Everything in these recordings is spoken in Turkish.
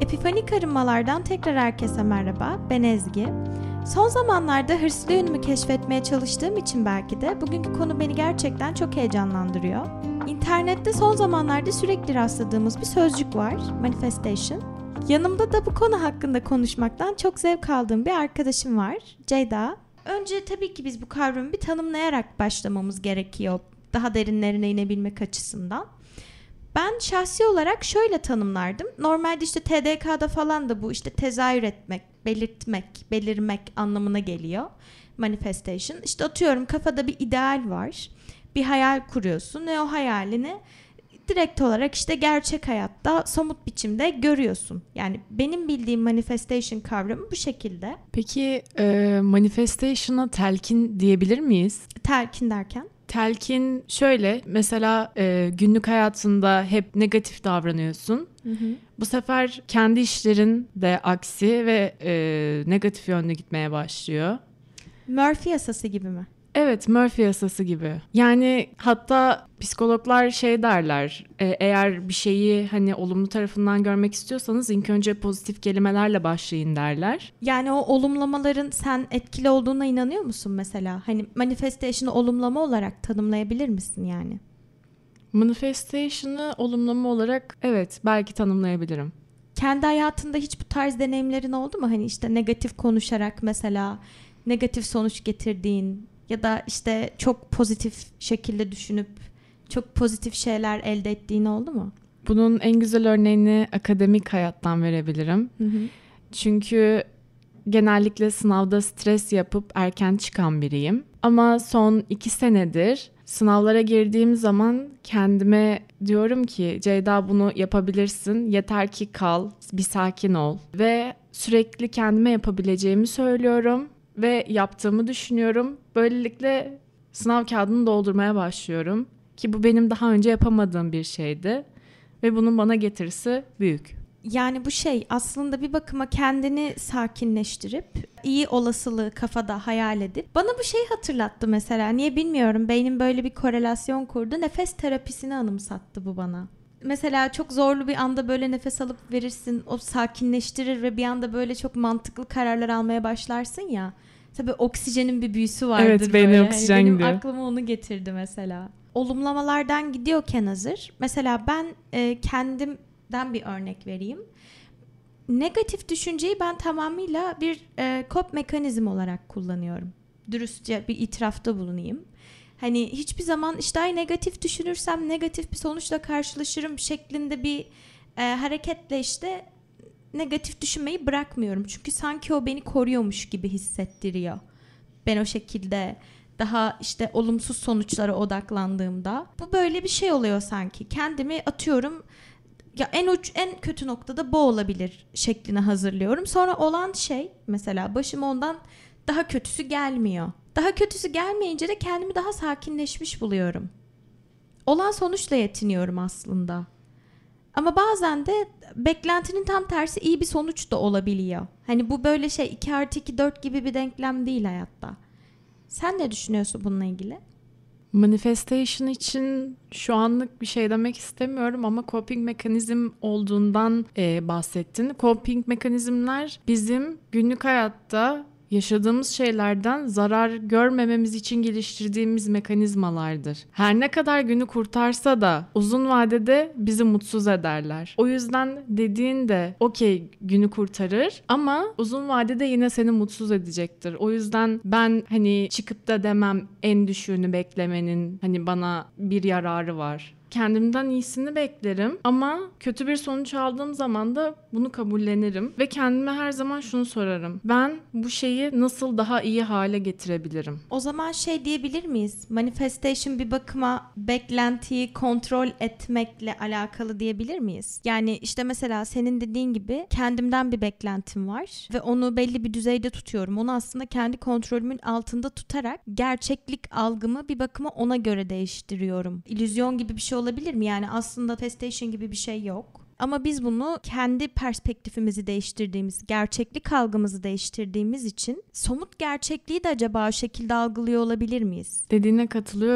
Epifanik arınmalardan tekrar herkese merhaba, ben Ezgi. Son zamanlarda hırslı yönümü keşfetmeye çalıştığım için belki de bugünkü konu beni gerçekten çok heyecanlandırıyor. İnternette son zamanlarda sürekli rastladığımız bir sözcük var, manifestation. Yanımda da bu konu hakkında konuşmaktan çok zevk aldığım bir arkadaşım var, Ceyda. Önce tabii ki biz bu kavramı bir tanımlayarak başlamamız gerekiyor, daha derinlerine inebilmek açısından. Ben şahsi olarak şöyle tanımlardım. Normalde işte TDK'da falan da bu işte tezahür etmek, belirtmek, belirmek anlamına geliyor. Manifestation. İşte atıyorum kafada bir ideal var. Bir hayal kuruyorsun ve o hayalini direkt olarak işte gerçek hayatta somut biçimde görüyorsun. Yani benim bildiğim manifestation kavramı bu şekilde. Peki manifestation'a telkin diyebilir miyiz? Telkin derken? Telkin şöyle, mesela günlük hayatında hep negatif davranıyorsun. Hı hı. Bu sefer kendi işlerin de aksi ve negatif yönde gitmeye başlıyor. Murphy yasası gibi mi? Evet, Murphy yasası gibi. Yani hatta psikologlar şey derler, eğer bir şeyi hani olumlu tarafından görmek istiyorsanız ilk önce pozitif kelimelerle başlayın derler. Yani o olumlamaların sen etkili olduğuna inanıyor musun mesela? Hani manifestation'ı olumlama olarak tanımlayabilir misin yani? Manifestation'ı olumlama olarak evet belki tanımlayabilirim. Kendi hayatında hiç bu tarz deneyimlerin oldu mu? Hani işte negatif konuşarak mesela negatif sonuç getirdiğin ya da işte çok pozitif şekilde düşünüp çok pozitif şeyler elde ettiğin oldu mu? Bunun en güzel örneğini akademik hayattan verebilirim. Hı hı. Çünkü genellikle sınavda stres yapıp erken çıkan biriyim. Ama son 2 senedir sınavlara girdiğim zaman kendime diyorum ki Ceyda bunu yapabilirsin. Yeter ki kal, bir sakin ol. Ve sürekli kendime yapabileceğimi söylüyorum. Ve yaptığımı düşünüyorum. Böylelikle sınav kağıdını doldurmaya başlıyorum. Ki bu benim daha önce yapamadığım bir şeydi. Ve bunun bana getirisi büyük. Yani bu şey aslında bir bakıma kendini sakinleştirip iyi olasılığı kafada hayal edip bana bu şeyi hatırlattı mesela. Niye bilmiyorum, beynim böyle bir korelasyon kurdu. Nefes terapisini anımsattı bu bana. Mesela çok zorlu bir anda böyle nefes alıp verirsin, o sakinleştirir ve bir anda böyle çok mantıklı kararlar almaya başlarsın ya. Tabii oksijenin bir büyüsü vardır. Evet, benim oksijen benim gidiyor. aklıma onu getirdi mesela. Olumlamalardan gidiyorken hazır. Mesela ben kendimden bir örnek vereyim. Negatif düşünceyi ben tamamıyla bir kop mekanizm olarak kullanıyorum. Dürüstçe bir itirafta bulunayım. Hani hiçbir zaman işte ay negatif düşünürsem negatif bir sonuçla karşılaşırım şeklinde bir hareketle işte negatif düşünmeyi bırakmıyorum. Çünkü sanki o beni koruyormuş gibi hissettiriyor. Ben o şekilde daha işte olumsuz sonuçlara odaklandığımda bu böyle bir şey oluyor sanki. Kendimi atıyorum ya en kötü noktada bu olabilir şekline hazırlıyorum. Sonra olan şey mesela başıma ondan daha kötüsü gelmiyor. Daha kötüsü gelmeyince de kendimi daha sakinleşmiş buluyorum. Olan sonuçla yetiniyorum aslında. Ama bazen de beklentinin tam tersi iyi bir sonuç da olabiliyor. Hani bu böyle 2+2 4 gibi bir denklem değil hayatta. Sen ne düşünüyorsun bununla ilgili? Manifestation için şu anlık bir şey demek istemiyorum ama coping mekanizm olduğundan bahsettin. Coping mekanizmler bizim günlük hayatta yaşadığımız şeylerden zarar görmememiz için geliştirdiğimiz mekanizmalardır. Her ne kadar günü kurtarsa da uzun vadede bizi mutsuz ederler. O yüzden dediğin de okey günü kurtarır ama uzun vadede yine seni mutsuz edecektir. O yüzden ben hani çıkıp da demem en düşüğünü beklemenin hani bana bir yararı var. Kendimden iyisini beklerim ama kötü bir sonuç aldığım zaman da bunu kabullenirim ve kendime her zaman şunu sorarım. Ben bu şeyi nasıl daha iyi hale getirebilirim? O zaman diyebilir miyiz? Manifestation bir bakıma beklentiyi kontrol etmekle alakalı diyebilir miyiz? Yani işte mesela senin dediğin gibi kendimden bir beklentim var ve onu belli bir düzeyde tutuyorum. Onu aslında kendi kontrolümün altında tutarak gerçeklik algımı bir bakıma ona göre değiştiriyorum. İllüzyon gibi bir şey olabilir mi? Yani aslında manifestation gibi bir şey yok. Ama biz bunu kendi perspektifimizi değiştirdiğimiz, gerçeklik algımızı değiştirdiğimiz için somut gerçekliği de acaba o şekilde algılıyor olabilir miyiz? Dediğine katılıyorum.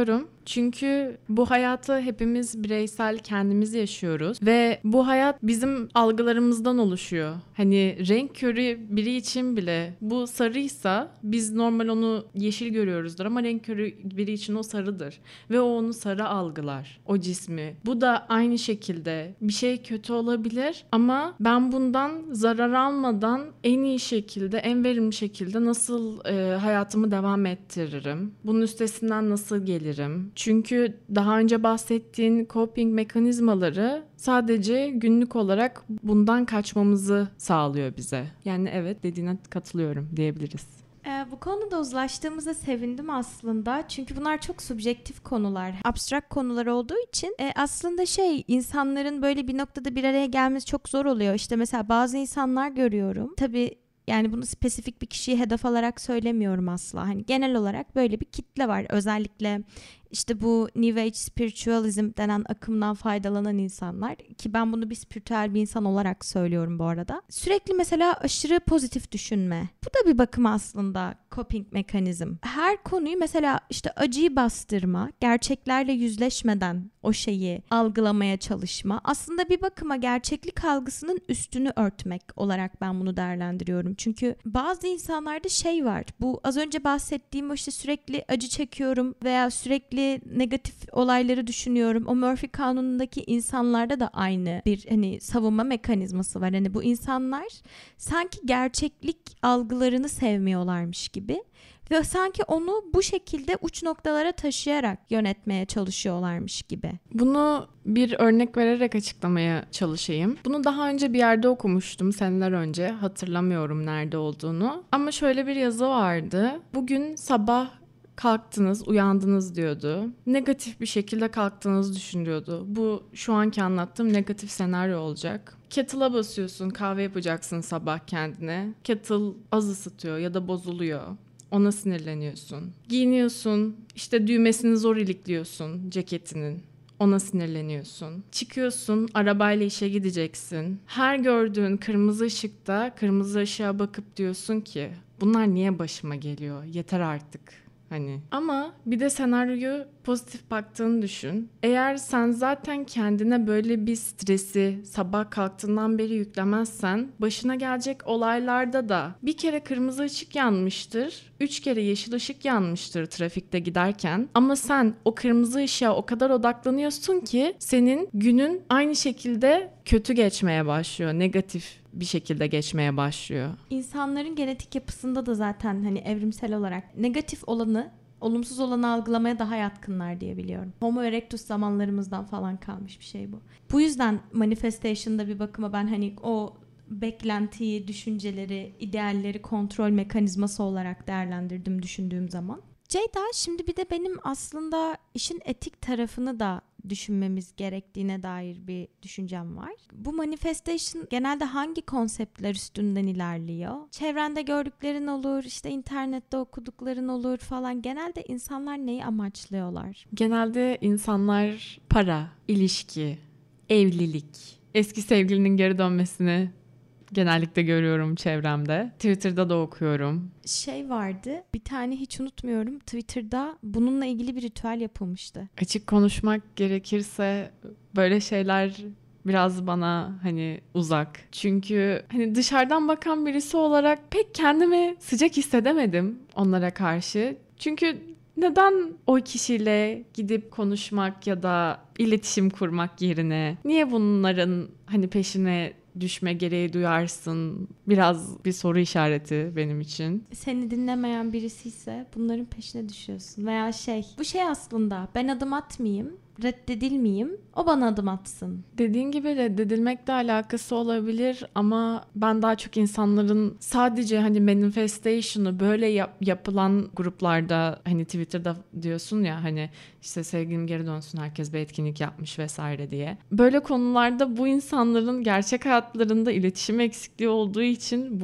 Çünkü bu hayatı hepimiz bireysel kendimiz yaşıyoruz ve bu hayat bizim algılarımızdan oluşuyor. Hani renk körü biri için bile bu sarıysa biz normal onu yeşil görüyoruzdur ama renk körü biri için o sarıdır ve o onu sarı algılar, o cismi. Bu da aynı şekilde bir şey kötü olabilir ama ben bundan zarar almadan en iyi şekilde, en verimli şekilde nasıl hayatımı devam ettiririm? Bunun üstesinden nasıl gelirim? Çünkü daha önce bahsettiğin coping mekanizmaları sadece günlük olarak bundan kaçmamızı sağlıyor bize. Yani evet, dediğine katılıyorum diyebiliriz. Bu konuda uzlaştığımıza sevindim aslında. Çünkü bunlar çok subjektif konular, abstrakt konular olduğu için aslında insanların böyle bir noktada bir araya gelmesi çok zor oluyor. İşte mesela bazı insanlar görüyorum. Tabii yani bunu spesifik bir kişiyi hedef alarak söylemiyorum asla. Hani genel olarak böyle bir kitle var. Özellikle işte bu New Age Spiritualism denen akımdan faydalanan insanlar, ki ben bunu bir spiritüel bir insan olarak söylüyorum bu arada. Sürekli mesela aşırı pozitif düşünme. Bu da bir bakıma aslında coping mekanizm. Her konuyu mesela işte acıyı bastırma, gerçeklerle yüzleşmeden o şeyi algılamaya çalışma. Aslında bir bakıma gerçeklik algısının üstünü örtmek olarak ben bunu değerlendiriyorum. Çünkü bazı insanlarda var. Bu az önce bahsettiğim işte sürekli acı çekiyorum veya sürekli negatif olayları düşünüyorum. O Murphy kanunundaki insanlarda da aynı bir savunma mekanizması var. Hani bu insanlar sanki gerçeklik algılarını sevmiyorlarmış gibi ve sanki onu bu şekilde uç noktalara taşıyarak yönetmeye çalışıyorlarmış gibi. Bunu bir örnek vererek açıklamaya çalışayım. Bunu daha önce bir yerde okumuştum seneler önce. Hatırlamıyorum nerede olduğunu. Ama şöyle bir yazı vardı. Bugün sabah kalktınız, uyandınız diyordu. Negatif bir şekilde kalktığınızı düşünüyordu. Bu şu anki anlattığım negatif senaryo olacak. Kettle'a basıyorsun, kahve yapacaksın sabah kendine. Kettle az ısıtıyor ya da bozuluyor. Ona sinirleniyorsun. Giyiniyorsun, işte düğmesini zor ilikliyorsun ceketinin. Ona sinirleniyorsun. Çıkıyorsun, arabayla işe gideceksin. Her gördüğün kırmızı ışıkta kırmızı ışığa bakıp diyorsun ki bunlar niye başıma geliyor? Yeter artık. Ama bir de senaryoyu pozitif baktığını düşün. Eğer sen zaten kendine böyle bir stresi sabah kalktığından beri yüklemezsen, başına gelecek olaylarda da bir kere kırmızı ışık yanmıştır, 3 kere yeşil ışık yanmıştır trafikte giderken. Ama sen o kırmızı ışığa o kadar odaklanıyorsun ki senin günün aynı şekilde kötü geçmeye başlıyor, negatif bir şekilde geçmeye başlıyor. İnsanların genetik yapısında da zaten evrimsel olarak negatif olanı, olumsuz olanı algılamaya daha yatkınlar diye biliyorum. Homo erectus zamanlarımızdan falan kalmış bir şey bu. Bu yüzden manifestation'da bir bakıma ben o beklentiyi, düşünceleri, idealleri kontrol mekanizması olarak değerlendirdim düşündüğüm zaman. Ceyda, şimdi bir de benim aslında işin etik tarafını da düşünmemiz gerektiğine dair bir düşüncem var. Bu manifestation genelde hangi konseptler üstünden ilerliyor? Çevrende gördüklerin olur, işte internette okudukların olur falan. Genelde insanlar neyi amaçlıyorlar? Genelde insanlar para, ilişki, evlilik, eski sevgilinin geri dönmesini genellikle görüyorum çevremde. Twitter'da da okuyorum. Vardı, bir tane hiç unutmuyorum. Twitter'da bununla ilgili bir ritüel yapılmıştı. Açık konuşmak gerekirse böyle şeyler biraz bana uzak. Çünkü dışarıdan bakan birisi olarak pek kendimi sıcak hissedemedim onlara karşı. Çünkü neden o kişiyle gidip konuşmak ya da iletişim kurmak yerine niye bunların peşine düşme gereği duyarsın? Biraz bir soru işareti benim için. Seni dinlemeyen birisi ise bunların peşine düşüyorsun. Veya bu aslında ben adım atmayayım, reddedilmeyeyim, o bana adım atsın. Dediğin gibi reddedilmekle alakası olabilir ama ben daha çok insanların sadece manifestation'ı böyle yapılan gruplarda Twitter'da diyorsun ya işte sevgilim geri dönsün, herkes bir etkinlik yapmış vesaire diye. Böyle konularda bu insanların gerçek hayatlarında iletişim eksikliği olduğu için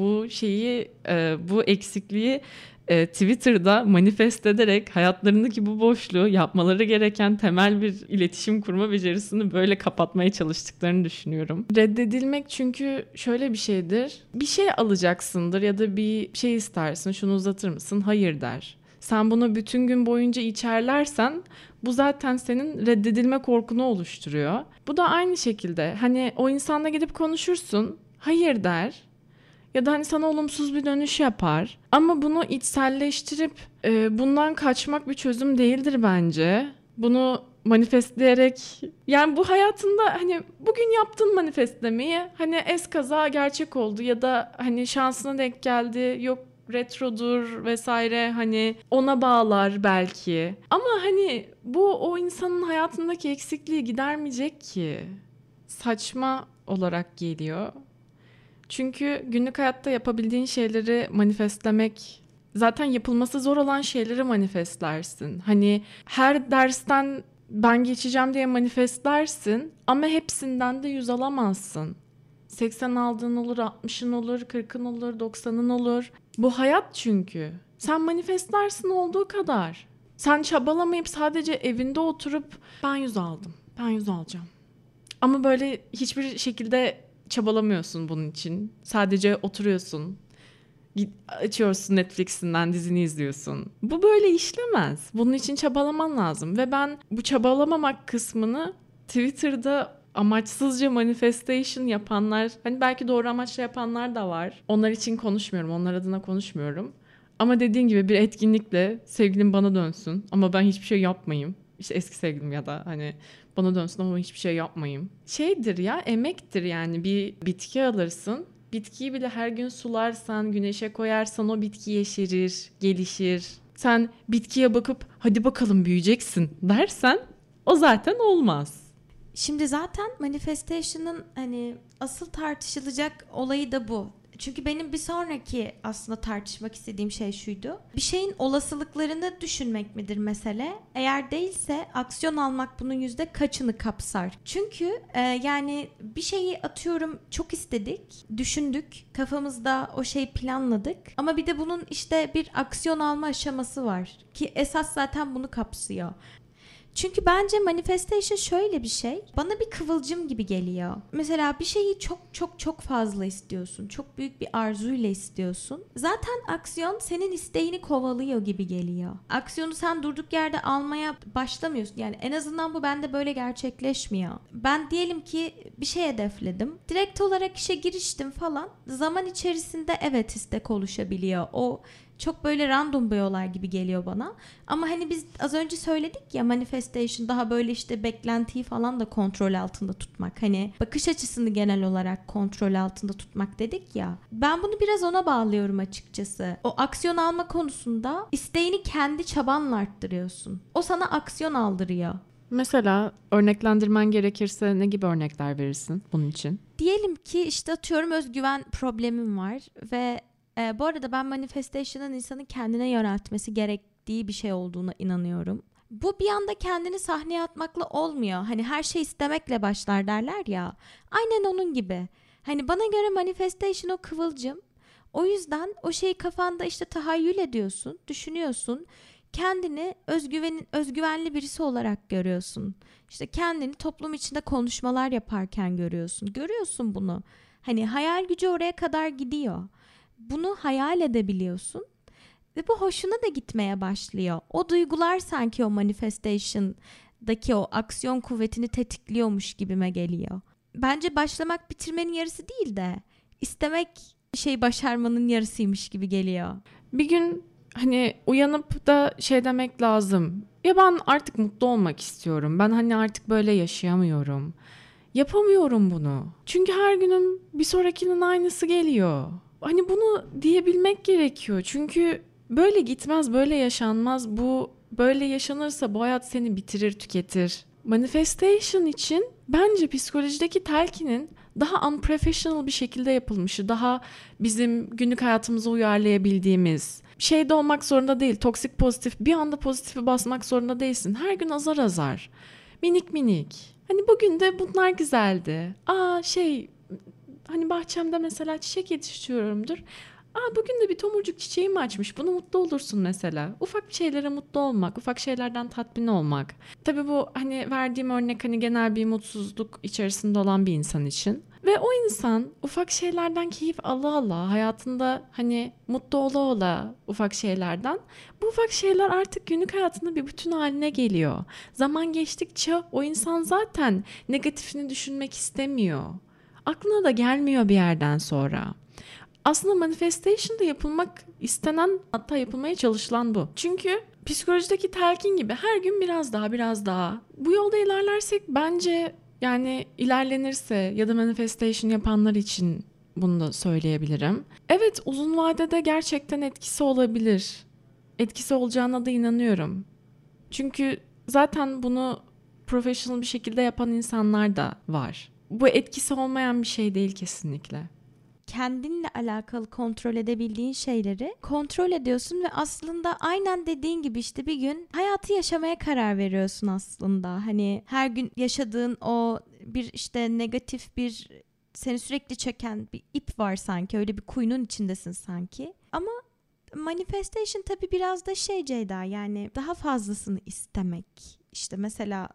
bu eksikliği Twitter'da manifest ederek hayatlarındaki bu boşluğu, yapmaları gereken temel bir iletişim kurma becerisini böyle kapatmaya çalıştıklarını düşünüyorum. Reddedilmek çünkü şöyle bir şeydir. Bir şey alacaksındır ya da bir şey istersin. Şunu uzatır mısın? Hayır der. Sen bunu bütün gün boyunca içerlersen Bu zaten senin reddedilme korkunu oluşturuyor. Bu da aynı şekilde hani o insanla gidip konuşursun, hayır der ya da hani sana olumsuz bir dönüş yapar. Ama bunu içselleştirip bundan kaçmak bir çözüm değildir bence. Bunu manifestleyerek, yani bu hayatında hani bugün yaptın manifestlemeyi, hani eskaza gerçek oldu ya da hani şansına denk geldi, yok retrodur vesaire, hani ona bağlar belki. Ama hani bu o insanın hayatındaki eksikliği gidermeyecek ki. Saçma olarak geliyor. Çünkü günlük hayatta yapabildiğin şeyleri manifestlemek, zaten yapılması zor olan şeyleri manifestlersin. Hani her dersten ben geçeceğim diye manifestlersin ama hepsinden de 100 alamazsın. 80 aldığın olur, 60'ın olur, 40'ın olur, 90'ın olur. Bu hayat çünkü. Sen manifestlersin olduğu kadar. Sen çabalamayıp sadece evinde oturup ben 100 aldım, ben 100 alacağım. Ama böyle hiçbir şekilde çabalamıyorsun bunun için. Sadece oturuyorsun. Açıyorsun Netflix'inden dizini izliyorsun. Bu böyle işlemez. Bunun için çabalaman lazım. Ve ben bu çabalamamak kısmını Twitter'da amaçsızca manifestation yapanlar, hani belki doğru amaçla yapanlar da var. Onlar için konuşmuyorum. Onlar adına konuşmuyorum. Ama dediğin gibi bir etkinlikle sevgilim bana dönsün ama ben hiçbir şey yapmayayım. İşte eski sevgilim ya da hani bana dönsün ama hiçbir şey yapmayayım. Şeydir ya, emektir yani. Bir bitki alırsın. Bitkiyi bile her gün sularsan, güneşe koyarsan o bitki yeşerir, gelişir. Sen bitkiye bakıp hadi bakalım büyüyeceksin dersen o zaten olmaz. Şimdi zaten manifestation'ın hani asıl tartışılacak olayı da bu. Çünkü benim bir sonraki aslında tartışmak istediğim şey şuydu. Bir şeyin olasılıklarını düşünmek midir mesele? Eğer değilse aksiyon almak bunun yüzde kaçını kapsar? Çünkü yani bir şeyi atıyorum çok istedik, düşündük, kafamızda o şeyi planladık. Ama bir de bunun işte bir aksiyon alma aşaması var ki esas zaten bunu kapsıyor. Çünkü bence manifestation şöyle bir şey. Bana bir kıvılcım gibi geliyor. Mesela bir şeyi çok çok çok fazla istiyorsun. Çok büyük bir arzuyla istiyorsun. Zaten aksiyon senin isteğini kovalıyor gibi geliyor. Aksiyonu sen durduk yerde almaya başlamıyorsun. Yani en azından bu bende böyle gerçekleşmiyor. Ben diyelim ki bir şey hedefledim. Direkt olarak işe giriştim falan. Zaman içerisinde evet istek oluşabiliyor. O çok böyle random bir olay gibi geliyor bana. Ama hani biz az önce söyledik ya, manifestation daha böyle işte beklentiyi falan da kontrol altında tutmak. Hani bakış açısını genel olarak kontrol altında tutmak dedik ya. Ben bunu biraz ona bağlıyorum açıkçası. O aksiyon alma konusunda isteğini kendi çabanla arttırıyorsun. O sana aksiyon aldırıyor. Mesela örneklendirmen gerekirse ne gibi örnekler verirsin bunun için? Diyelim ki işte atıyorum özgüven problemim var ve bu arada ben manifestation'ın insanın kendine yöneltmesi gerektiği bir şey olduğuna inanıyorum. Bu bir anda kendini sahneye atmakla olmuyor. Hani her şey istemekle başlar derler ya. Aynen onun gibi. Hani bana göre manifestation o kıvılcım. O yüzden o şeyi kafanda işte tahayyül ediyorsun, düşünüyorsun. Kendini özgüvenli birisi olarak görüyorsun. İşte kendini toplum içinde konuşmalar yaparken görüyorsun. Görüyorsun bunu. Hani hayal gücü oraya kadar gidiyor. Bunu hayal edebiliyorsun ve bu hoşuna da gitmeye başlıyor. O duygular sanki o manifestation'daki o aksiyon kuvvetini tetikliyormuş gibime geliyor. Bence başlamak bitirmenin yarısı değil de istemek bir şey başarmanın yarısıymış gibi geliyor. Bir gün hani uyanıp da şey demek lazım. Ya ben artık mutlu olmak istiyorum. Ben hani artık böyle yaşayamıyorum. Yapamıyorum bunu. Çünkü her günüm bir sonrakinin aynısı geliyor. Hani bunu diyebilmek gerekiyor. Çünkü böyle gitmez, böyle yaşanmaz. Bu böyle yaşanırsa bu hayat seni bitirir, tüketir. Manifestation için bence psikolojideki telkinin daha unprofessional bir şekilde yapılmışı, daha bizim günlük hayatımıza uyarlayabildiğimiz. Şeyde olmak zorunda değil, toksik pozitif, bir anda pozitifi basmak zorunda değilsin. Her gün azar azar, minik minik. Hani bugün de bunlar güzeldi. Hani bahçemde mesela çiçek yetiştiriyorumdur. Bugün de bir tomurcuk çiçeğim açmış. Bunu mutlu olursun mesela. Ufak bir şeylere mutlu olmak, ufak şeylerden tatmin olmak. Tabii bu hani verdiğim örnek hani genel bir mutsuzluk içerisinde olan bir insan için. Ve o insan ufak şeylerden keyif ala ala, hayatında hani mutlu ola ola ufak şeylerden, bu ufak şeyler artık günlük hayatında bir bütün haline geliyor. Zaman geçtikçe o insan zaten negatifini düşünmek istemiyor. Aklına da gelmiyor bir yerden sonra. Aslında manifestation'da yapılmak istenen, hatta yapılmaya çalışılan bu. Çünkü psikolojideki telkin gibi her gün biraz daha biraz daha. Bu yolda ilerlersek bence, yani ilerlenirse ya da manifestation yapanlar için bunu da söyleyebilirim. Evet, uzun vadede gerçekten etkisi olabilir. Etkisi olacağına da inanıyorum. Çünkü zaten bunu professional bir şekilde yapan insanlar da var. Bu etkisi olmayan bir şey değil kesinlikle. Kendinle alakalı kontrol edebildiğin şeyleri kontrol ediyorsun ve aslında aynen dediğin gibi işte bir gün hayatı yaşamaya karar veriyorsun aslında. Hani her gün yaşadığın o bir işte negatif bir seni sürekli çeken bir ip var sanki, öyle bir kuyunun içindesin sanki. Ama manifestation tabii biraz da şey Ceyda, yani daha fazlasını istemek. İşte mesela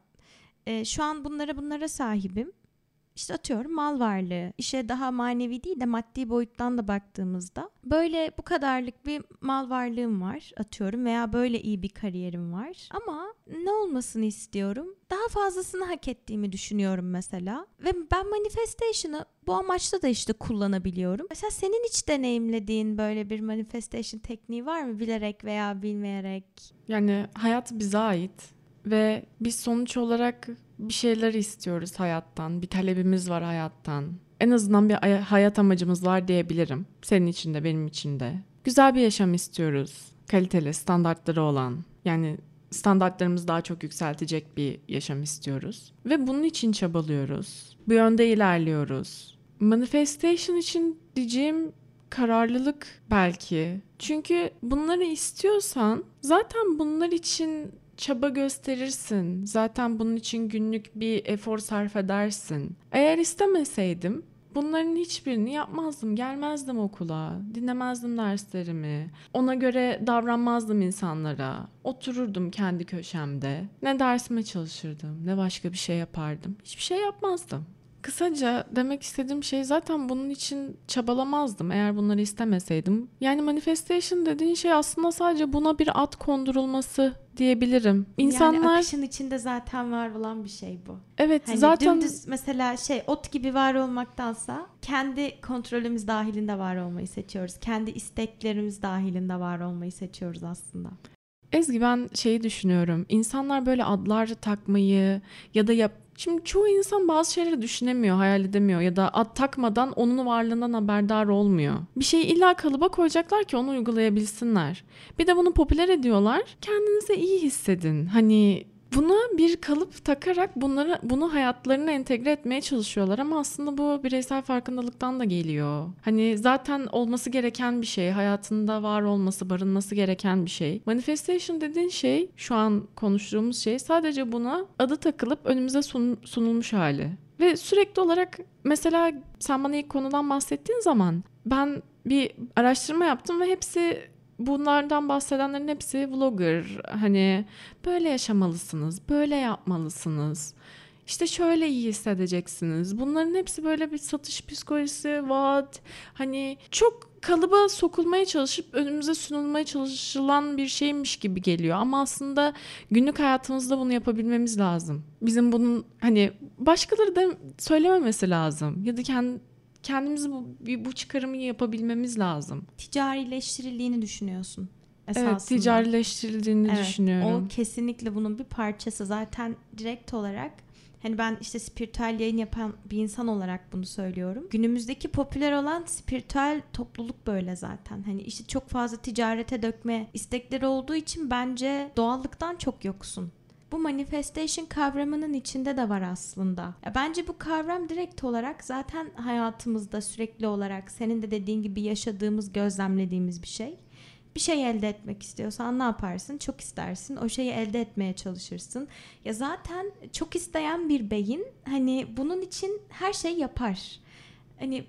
şu an bunlara sahibim. İşte atıyorum mal varlığı, işe daha manevi değil de maddi boyuttan da baktığımızda böyle bu kadarlık bir mal varlığım var atıyorum veya böyle iyi bir kariyerim var ama ne olmasını istiyorum? Daha fazlasını hak ettiğimi düşünüyorum mesela ve ben manifestation'ı bu amaçla da işte kullanabiliyorum. Mesela senin hiç deneyimlediğin böyle bir manifestation tekniği var mı, bilerek veya bilmeyerek? Yani hayat bize ait ve biz sonuç olarak bir şeyler istiyoruz hayattan. Bir talebimiz var hayattan. En azından bir hayat amacımız var diyebilirim. Senin için de benim için de. Güzel bir yaşam istiyoruz. Kaliteli, standartları olan. Yani standartlarımızı daha çok yükseltecek bir yaşam istiyoruz. Ve bunun için çabalıyoruz. Bu yönde ilerliyoruz. Manifestation için diyeceğim kararlılık belki. Çünkü bunları istiyorsan zaten bunlar için çaba gösterirsin. Zaten bunun için günlük bir efor sarf edersin. Eğer istemeseydim bunların hiçbirini yapmazdım. Gelmezdim okula, dinlemezdim derslerimi. Ona göre davranmazdım insanlara. Otururdum kendi köşemde. Ne dersime çalışırdım, ne başka bir şey yapardım. Hiçbir şey yapmazdım. Kısaca demek istediğim şey, zaten bunun için çabalamazdım eğer bunları istemeseydim. Yani manifestation dediğin şey aslında sadece buna bir ad kondurulması diyebilirim. İnsanlar, Yani akışın içinde zaten var olan bir şey bu. evet, Hani zaten dümdüz mesela ot gibi var olmaktansa kendi kontrolümüz dahilinde var olmayı seçiyoruz. Kendi isteklerimiz dahilinde var olmayı seçiyoruz aslında. Ezgi, ben şeyi düşünüyorum. İnsanlar böyle adlar takmayı ya da şimdi çoğu insan bazı şeyleri düşünemiyor, hayal edemiyor ya da ad takmadan onun varlığından haberdar olmuyor. Bir şeyi illa kalıba koyacaklar ki onu uygulayabilsinler. Bir de bunu popüler ediyorlar. Kendinizi iyi hissedin. Hani buna bir kalıp takarak bunu hayatlarına entegre etmeye çalışıyorlar ama aslında bu bireysel farkındalıktan da geliyor. Hani zaten olması gereken bir şey, hayatında var olması, barınması gereken bir şey. Manifestation dediğin şey, şu an konuştuğumuz şey, sadece buna adı takılıp önümüze sunulmuş hali. Ve sürekli olarak, mesela sen bana ilk konudan bahsettiğin zaman ben bir araştırma yaptım ve bunlardan bahsedenlerin hepsi vlogger. Hani böyle yaşamalısınız, böyle yapmalısınız. İşte şöyle iyi hissedeceksiniz. Bunların hepsi böyle bir satış psikolojisi, vaat. Hani çok kalıba sokulmaya çalışıp önümüze sunulmaya çalışılan bir şeymiş gibi geliyor. Ama aslında günlük hayatımızda bunu yapabilmemiz lazım. Bizim bunun hani başkaları da söylememesi lazım. Ya da kendimiz bu çıkarımı yapabilmemiz lazım. Ticarileştirildiğini düşünüyorsun esasında. Evet, ticarileştirildiğini düşünüyorum. O kesinlikle bunun bir parçası. Zaten direkt olarak hani ben işte spiritüel yayın yapan bir insan olarak bunu söylüyorum. Günümüzdeki popüler olan spiritüel topluluk böyle zaten. Hani işte çok fazla ticarete dökme istekleri olduğu için bence doğallıktan çok yoksun. Bu manifestation kavramının içinde de var aslında. Ya bence bu kavram direkt olarak zaten hayatımızda sürekli olarak senin de dediğin gibi yaşadığımız, gözlemlediğimiz bir şey. Bir şey elde etmek istiyorsan ne yaparsın? Çok istersin. O şeyi elde etmeye çalışırsın. Ya zaten çok isteyen bir beyin hani bunun için her şey yapar. Hani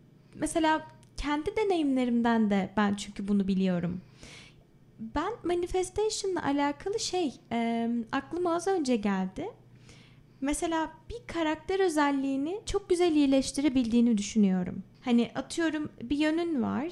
mesela kendi deneyimlerimden de ben çünkü bunu biliyorum. Ben manifestation'la alakalı aklıma az önce geldi. Mesela bir karakter özelliğini çok güzel iyileştirebildiğini düşünüyorum. Hani atıyorum bir yönün var,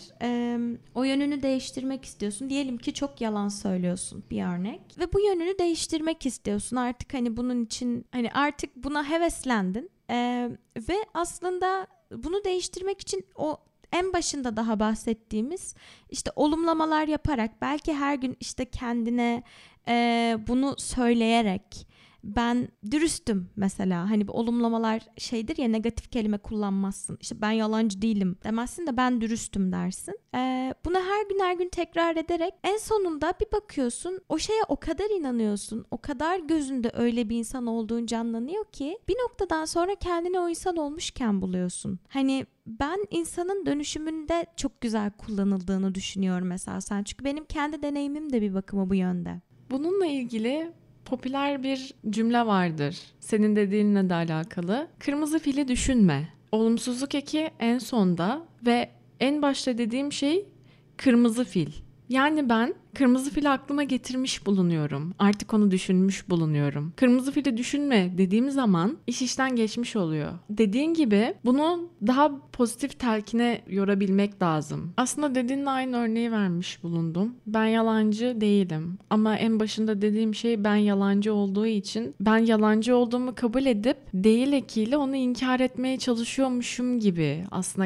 o yönünü değiştirmek istiyorsun. Diyelim ki çok yalan söylüyorsun, bir örnek. Ve bu yönünü değiştirmek istiyorsun. Artık hani bunun için, hani artık buna heveslendin. Ve aslında bunu değiştirmek için o en başında daha bahsettiğimiz işte olumlamalar yaparak, belki her gün işte kendine bunu söyleyerek, ben dürüstüm mesela, hani bu olumlamalar şeydir ya, negatif kelime kullanmazsın, işte ben yalancı değilim demezsin de ben dürüstüm dersin. Bunu her gün tekrar ederek en sonunda bir bakıyorsun, o şeye o kadar inanıyorsun, o kadar gözünde öyle bir insan olduğun canlanıyor ki bir noktadan sonra kendini o insan olmuşken buluyorsun. Hani ben insanın dönüşümünde çok güzel kullanıldığını düşünüyorum mesela sen, çünkü benim kendi deneyimim de bir bakıma bu yönde. Bununla ilgili popüler bir cümle vardır. Senin dediğinle de alakalı. Kırmızı fili düşünme. Olumsuzluk eki en sonda ve en başta dediğim şey kırmızı fil. Yani ben kırmızı fili aklıma getirmiş bulunuyorum. Artık onu düşünmüş bulunuyorum. Kırmızı fili düşünme dediğim zaman iş işten geçmiş oluyor. Dediğin gibi bunu daha pozitif telkine yorabilmek lazım. Aslında dediğinle aynı örneği vermiş bulundum. Ben yalancı değilim. Ama en başında dediğim şey ben yalancı olduğu için ben yalancı olduğumu kabul edip değil ekiyle onu inkar etmeye çalışıyormuşum gibi. Aslında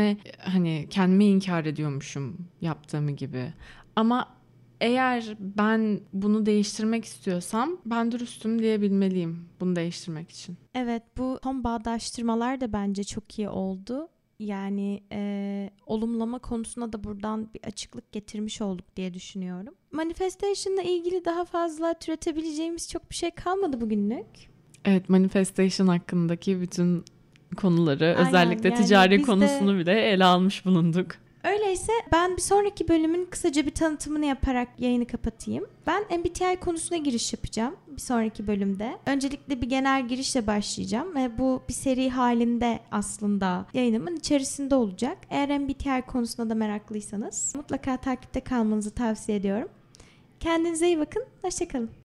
kendime inkar ediyormuşum yaptığımı gibi. Ama eğer ben bunu değiştirmek istiyorsam ben dürüstüm diyebilmeliyim bunu değiştirmek için. Evet, bu son bağdaştırmalar da bence çok iyi oldu. Yani olumlama konusuna da buradan bir açıklık getirmiş olduk diye düşünüyorum. Manifestation'la ilgili daha fazla türetebileceğimiz çok bir şey kalmadı bugünlük. Evet, manifestation hakkındaki bütün konuları, Aynen, özellikle yani ticari biz konusunu bile ele almış bulunduk. Öyleyse ben bir sonraki bölümün kısaca bir tanıtımını yaparak yayını kapatayım. Ben MBTI konusuna giriş yapacağım bir sonraki bölümde. Öncelikle bir genel girişle başlayacağım ve bu bir seri halinde aslında yayınımın içerisinde olacak. Eğer MBTI konusuna da meraklıysanız mutlaka takipte kalmanızı tavsiye ediyorum. Kendinize iyi bakın, hoşça kalın.